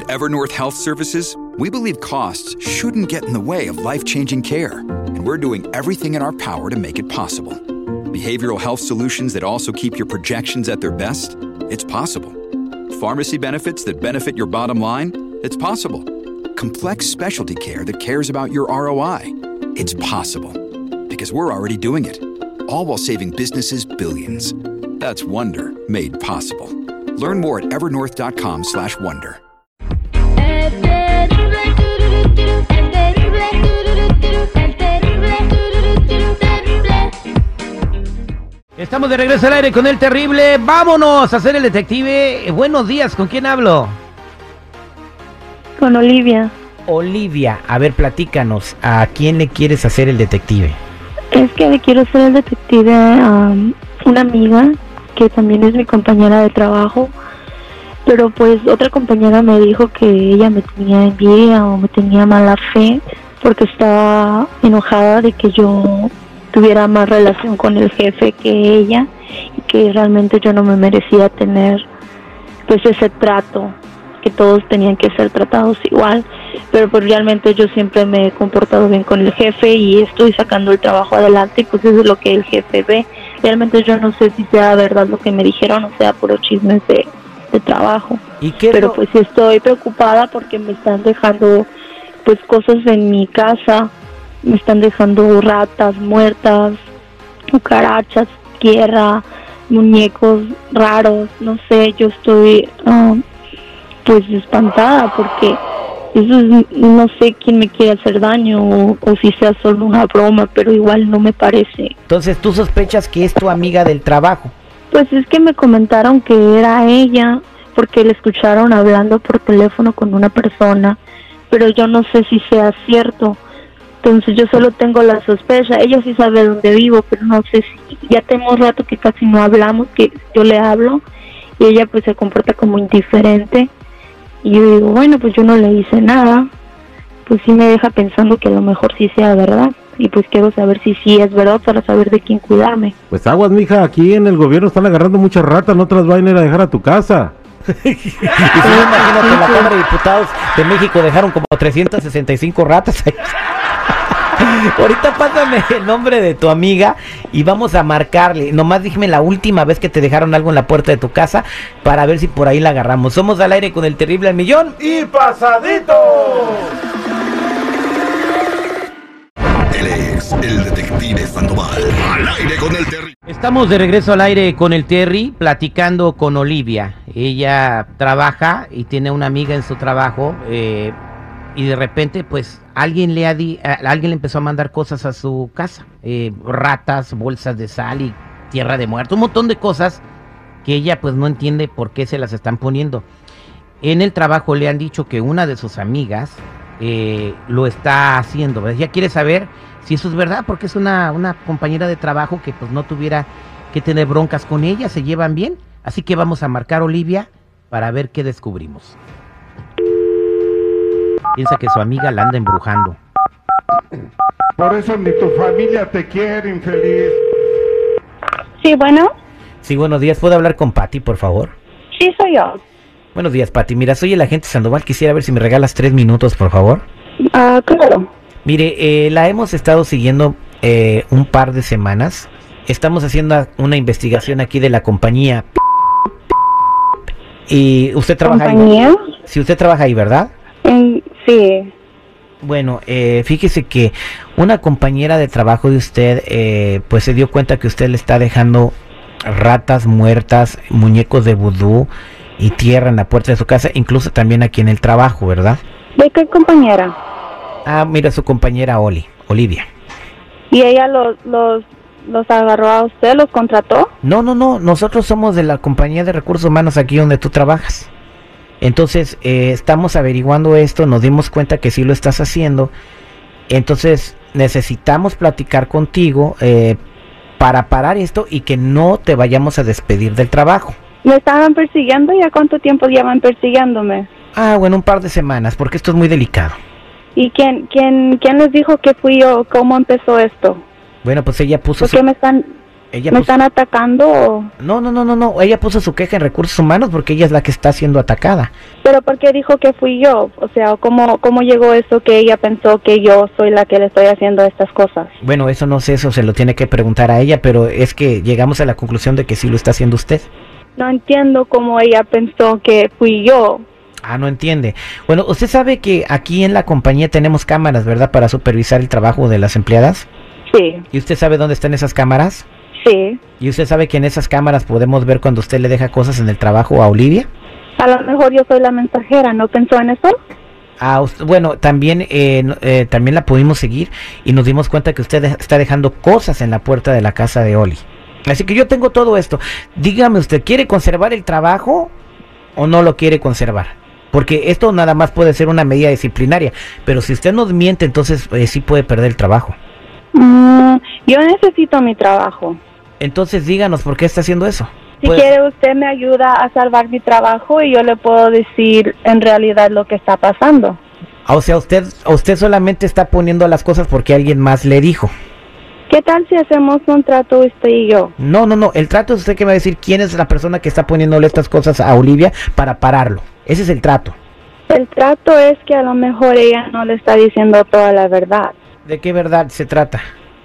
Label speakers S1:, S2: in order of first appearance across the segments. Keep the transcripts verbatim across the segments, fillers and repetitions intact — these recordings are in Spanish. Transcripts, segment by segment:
S1: At Evernorth Health Services, we believe costs shouldn't get in the way of life-changing care, and we're doing everything in our power to make it possible. Behavioral health solutions that also keep your projections at their best? It's possible. Pharmacy benefits that benefit your bottom line? It's possible. Complex specialty care that cares about your R O I? It's possible. Because we're already doing it. All while saving businesses billions. That's Wonder made possible. Learn more at evernorth.com slash wonder.
S2: Estamos de regreso al aire con El Terrible. Vámonos a hacer el detective. Buenos días, ¿con quién hablo?
S3: Con Olivia.
S2: Olivia, a ver, platícanos, ¿a quién le quieres hacer el detective?
S3: Es que le quiero hacer el detective a um, una amiga que también es mi compañera de trabajo, pero pues otra compañera me dijo que ella me tenía envidia o me tenía mala fe porque estaba enojada de que yo tuviera más relación con el jefe que ella y que realmente yo no me merecía tener pues ese trato, que todos tenían que ser tratados igual, pero pues realmente yo siempre me he comportado bien con el jefe y estoy sacando el trabajo adelante y pues eso es lo que el jefe ve. Realmente yo no sé si sea verdad lo que me dijeron o sea puro chismes de, de trabajo.
S2: ¿Y qué
S3: pero
S2: lo...
S3: pues sí estoy preocupada porque me están dejando pues cosas en mi casa, me están dejando ratas muertas, cucarachas, tierra, muñecos raros, no sé, yo estoy um, pues espantada porque eso es, no sé quién me quiere hacer daño o, o si sea solo una broma, pero igual no me parece.
S2: Entonces, ¿tú sospechas que es tu amiga del trabajo?
S3: Pues es que me comentaron que era ella, porque le escucharon hablando por teléfono con una persona, pero yo no sé si sea cierto. Entonces yo solo tengo la sospecha, ella sí sabe dónde vivo, pero no sé si, ya tenemos rato que casi no hablamos, que yo le hablo, y ella pues se comporta como indiferente. Y yo digo, bueno, pues yo no le hice nada, pues sí me deja pensando que a lo mejor sí sea verdad, y pues quiero saber si sí es verdad para saber de quién cuidarme.
S4: Pues aguas, mija, aquí en el gobierno están agarrando muchas ratas, no te las vayan a ir a dejar a tu casa.
S2: Y si no, imagínate, en la Cámara de Diputados de México dejaron como trescientas sesenta y cinco ratas ahí. Ahorita pásame el nombre de tu amiga y vamos a marcarle. Nomás dígame la última vez que te dejaron algo en la puerta de tu casa para ver si por ahí la agarramos. Somos al aire con El Terrible al Millón
S4: ¡y pasadito!
S5: Él es el detective Sandoval. Al aire con El Terrible.
S2: Estamos de regreso al aire con el Terry, platicando con Olivia. Ella trabaja y tiene una amiga en su trabajo, eh, y de repente pues alguien le ha di, a, alguien le empezó a mandar cosas a su casa, eh, ratas, bolsas de sal y tierra de muerto, un montón de cosas que ella pues no entiende por qué se las están poniendo. En el trabajo le han dicho que una de sus amigas eh, lo está haciendo, ¿verdad? Ella quiere saber si eso es verdad, porque es una, una compañera de trabajo que pues no tuviera que tener broncas con ella, se llevan bien, así que vamos a marcar a Olivia para ver qué descubrimos. Piensa que su amiga la anda embrujando.
S4: Por eso ni tu familia te quiere, infeliz.
S3: Sí, bueno.
S2: Sí, buenos días, ¿puedo hablar con Pati, por favor?
S3: Sí, soy yo.
S2: Buenos días, Pati. Mira, soy el agente Sandoval, quisiera ver si me regalas tres minutos, por favor.
S3: Ah, uh, claro.
S2: Mire, eh, la hemos estado siguiendo eh, un par de semanas. Estamos haciendo una investigación aquí de la compañía. Y usted trabaja
S3: ¿Compañía?
S2: ahí. Sí, usted trabaja ahí, ¿verdad?
S3: Mm, sí.
S2: Bueno, eh, fíjese que una compañera de trabajo de usted, eh, pues se dio cuenta que usted le está dejando ratas muertas, muñecos de vudú y tierra en la puerta de su casa, incluso también aquí en el trabajo, ¿verdad?
S3: ¿De qué compañera?
S2: Ah, mira, su compañera Oli, Olivia.
S3: ¿Y ella los, los, los agarró a usted, los contrató?
S2: No, no, no, nosotros somos de la compañía de recursos humanos aquí donde tú trabajas. Entonces, eh, estamos averiguando esto, nos dimos cuenta que sí lo estás haciendo. Entonces, necesitamos platicar contigo eh, para parar esto y que no te vayamos a despedir del trabajo.
S3: ¿Me estaban persiguiendo? ¿Ya cuánto tiempo llevan persiguiéndome?
S2: Ah, bueno, un par de semanas, porque esto es muy delicado.
S3: ¿Y quién, quién, quién les dijo que fui yo? ¿Cómo empezó esto?
S2: Bueno, pues ella puso...
S3: ¿Por qué
S2: su...
S3: me están...?
S2: Ella
S3: ¿Me
S2: puso-
S3: están atacando? o-
S2: No, no, no, no, no. Ella puso su queja en recursos humanos porque ella es la que está siendo atacada.
S3: ¿Pero por qué dijo que fui yo? O sea, ¿cómo, ¿cómo llegó eso que ella pensó que yo soy la que le estoy haciendo estas cosas?
S2: Bueno, eso no sé, eso se lo tiene que preguntar a ella, pero es que llegamos a la conclusión de que sí lo está haciendo usted.
S3: No entiendo cómo ella pensó que fui yo.
S2: Ah, no entiende. Bueno, usted sabe que aquí en la compañía tenemos cámaras, ¿verdad? Para supervisar el trabajo de las empleadas.
S3: Sí,
S2: ¿Y usted sabe dónde están esas cámaras?
S3: sí.
S2: ¿Y usted sabe que en esas cámaras podemos ver cuando usted le deja cosas en el trabajo a Olivia?
S3: A lo mejor yo soy la mensajera, ¿no pensó en eso?
S2: Ah, usted- bueno, también eh, no- eh, también la pudimos seguir y nos dimos cuenta que usted de- está dejando cosas en la puerta de la casa de Oli. Así que yo tengo todo esto. Dígame, ¿usted quiere conservar el trabajo o no lo quiere conservar? Porque esto nada más puede ser una medida disciplinaria, pero si usted nos miente, entonces eh, sí puede perder el trabajo.
S3: Mm, yo necesito mi trabajo.
S2: Entonces díganos por qué está haciendo eso.
S3: Si
S2: Pues-
S3: quiere, usted me ayuda a salvar mi trabajo y yo le puedo decir en realidad lo que está pasando.
S2: Ah, o sea, usted, usted solamente está poniendo las cosas porque alguien más le dijo.
S3: ¿Qué tal si hacemos un trato usted y yo?
S2: No, no, no. El trato es usted que va a decir quién es la persona que está poniéndole estas cosas a Olivia para pararlo. Ese es el trato.
S3: El trato es que a lo mejor ella no le está diciendo toda la verdad.
S2: ¿De qué verdad se trata?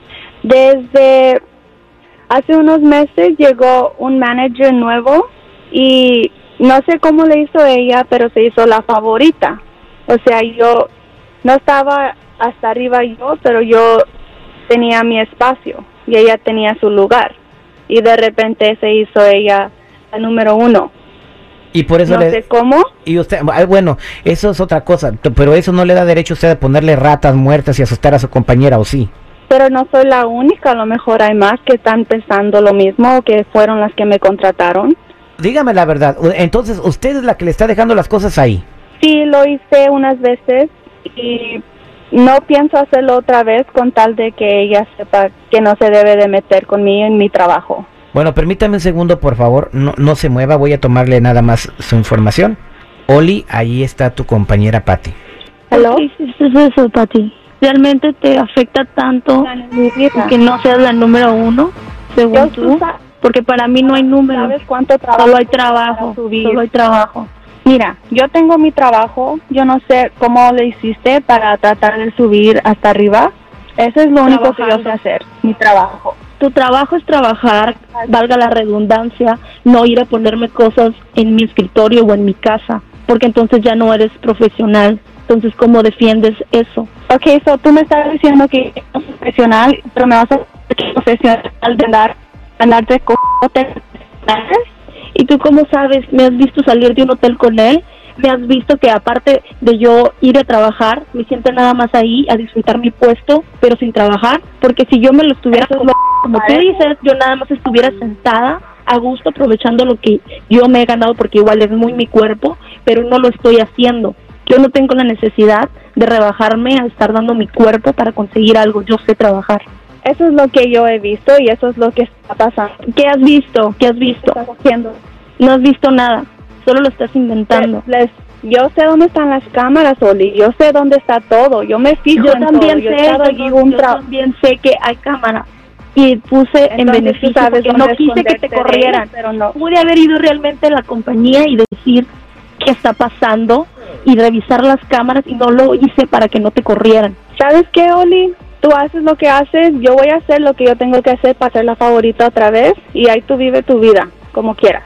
S3: Desde hace unos meses llegó un manager nuevo y no sé cómo le hizo ella, pero se hizo la favorita. O sea, yo no estaba hasta arriba yo, pero yo tenía mi espacio y ella tenía su lugar. Y de repente se hizo ella la número uno.
S2: Y por eso
S3: No
S2: le...
S3: sé cómo.
S2: Y usted, ah, bueno, eso es otra cosa, t- pero eso no le da derecho a usted a ponerle ratas muertas y asustar a su compañera, ¿o sí?
S3: Pero no soy la única, a lo mejor hay más que están pensando lo mismo, que fueron las que me contrataron.
S2: Dígame la verdad, u- entonces usted es la que le está dejando las cosas ahí.
S3: Sí, lo hice unas veces y no pienso hacerlo otra vez con tal de que ella sepa que no se debe de meter conmigo en mi trabajo.
S2: Bueno, permítame un segundo, por favor, no, no se mueva, voy a tomarle nada más su información. Oli, ahí está tu compañera Patty.
S3: ¿Aló?
S6: ¿Por qué hiciste eso, Pati? ¿Realmente te afecta tanto
S3: Mi vida.
S6: que no seas la número uno, según
S3: Yo,
S6: tú?
S3: tú sa-
S6: Porque para mí no hay número,
S3: ¿Sabes cuánto trabajo?
S6: solo hay
S3: para
S6: trabajo,
S3: subir?
S6: solo hay trabajo.
S3: Mira, yo tengo mi trabajo, yo no sé cómo le hiciste para tratar de subir hasta arriba. Eso es lo único que yo sé
S6: Trabajando.
S3: hacer, mi trabajo.
S6: Tu trabajo es trabajar, valga la redundancia, no ir a ponerme cosas en mi escritorio o en mi casa, porque entonces ya no eres profesional. Entonces, ¿cómo defiendes eso?
S3: Ok, so tú me estás diciendo que no soy profesional, pero me vas a decir que profesional de andar, andar de cojotes.
S6: ¿Y tú cómo sabes? ¿Me has visto salir de un hotel con él? ¿Me has visto que aparte de yo ir a trabajar, me siento nada más ahí a disfrutar mi puesto, pero sin trabajar? Porque si yo me lo estuviera,
S3: Eso es
S6: como,
S3: lo-
S6: como tú dices, yo nada más estuviera sentada a gusto aprovechando lo que yo me he ganado, porque igual es muy mi cuerpo, pero no lo estoy haciendo. Yo no tengo la necesidad de rebajarme a estar dando mi cuerpo para conseguir algo. Yo sé trabajar.
S3: Eso es lo que yo he visto y eso es lo que está pasando.
S6: ¿Qué has visto? ¿Qué has
S3: ¿Qué
S6: visto?
S3: estás haciendo?
S6: No has visto nada. Solo lo estás inventando.
S3: Les- yo sé dónde están las cámaras, Oli. Yo sé dónde está todo. Yo me fijo
S6: Yo
S3: en
S6: también
S3: todo. Yo he
S6: sé,
S3: estado
S6: yo,
S3: allí
S6: no-
S3: un
S6: yo
S3: tra-
S6: también sé que hay cámara y puse en
S3: Entonces,
S6: beneficio
S3: tú sabes
S6: porque no
S3: dónde
S6: quise que te
S3: esconderte de
S6: corrieran.
S3: ellos, pero no.
S6: Pude haber ido realmente a la compañía y decir qué está pasando y revisar las cámaras y no lo hice para que no te corrieran.
S3: ¿Sabes qué, Oli? Tú haces lo que haces, yo voy a hacer lo que yo tengo que hacer para ser la favorita otra vez y ahí tú vive tu vida, como quieras.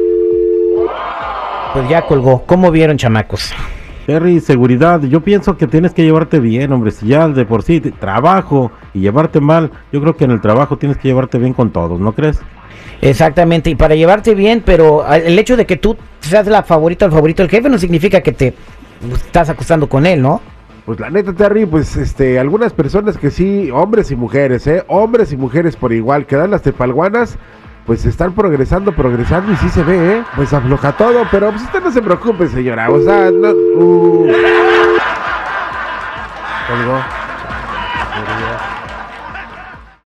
S2: Pues ya colgó. ¿Cómo vieron, chamacos?
S4: Terry, seguridad, yo pienso que tienes que llevarte bien, hombre, si ya de por sí te- trabajo y llevarte mal, yo creo que en el trabajo tienes que llevarte bien con todos, ¿no crees?
S2: Exactamente, y para llevarte bien, pero ah, el hecho de que tú seas la favorita o el favorito del jefe no significa que te pues, estás acostando con él, ¿no?
S7: Pues la neta, Terry, pues este, algunas personas que sí, hombres y mujeres, eh, hombres y mujeres por igual, que dan las tepalguanas, pues están progresando, progresando y sí se ve, eh, pues afloja todo, pero pues usted no se preocupe, señora, o sea, no, uh. Colgó. Seguridad.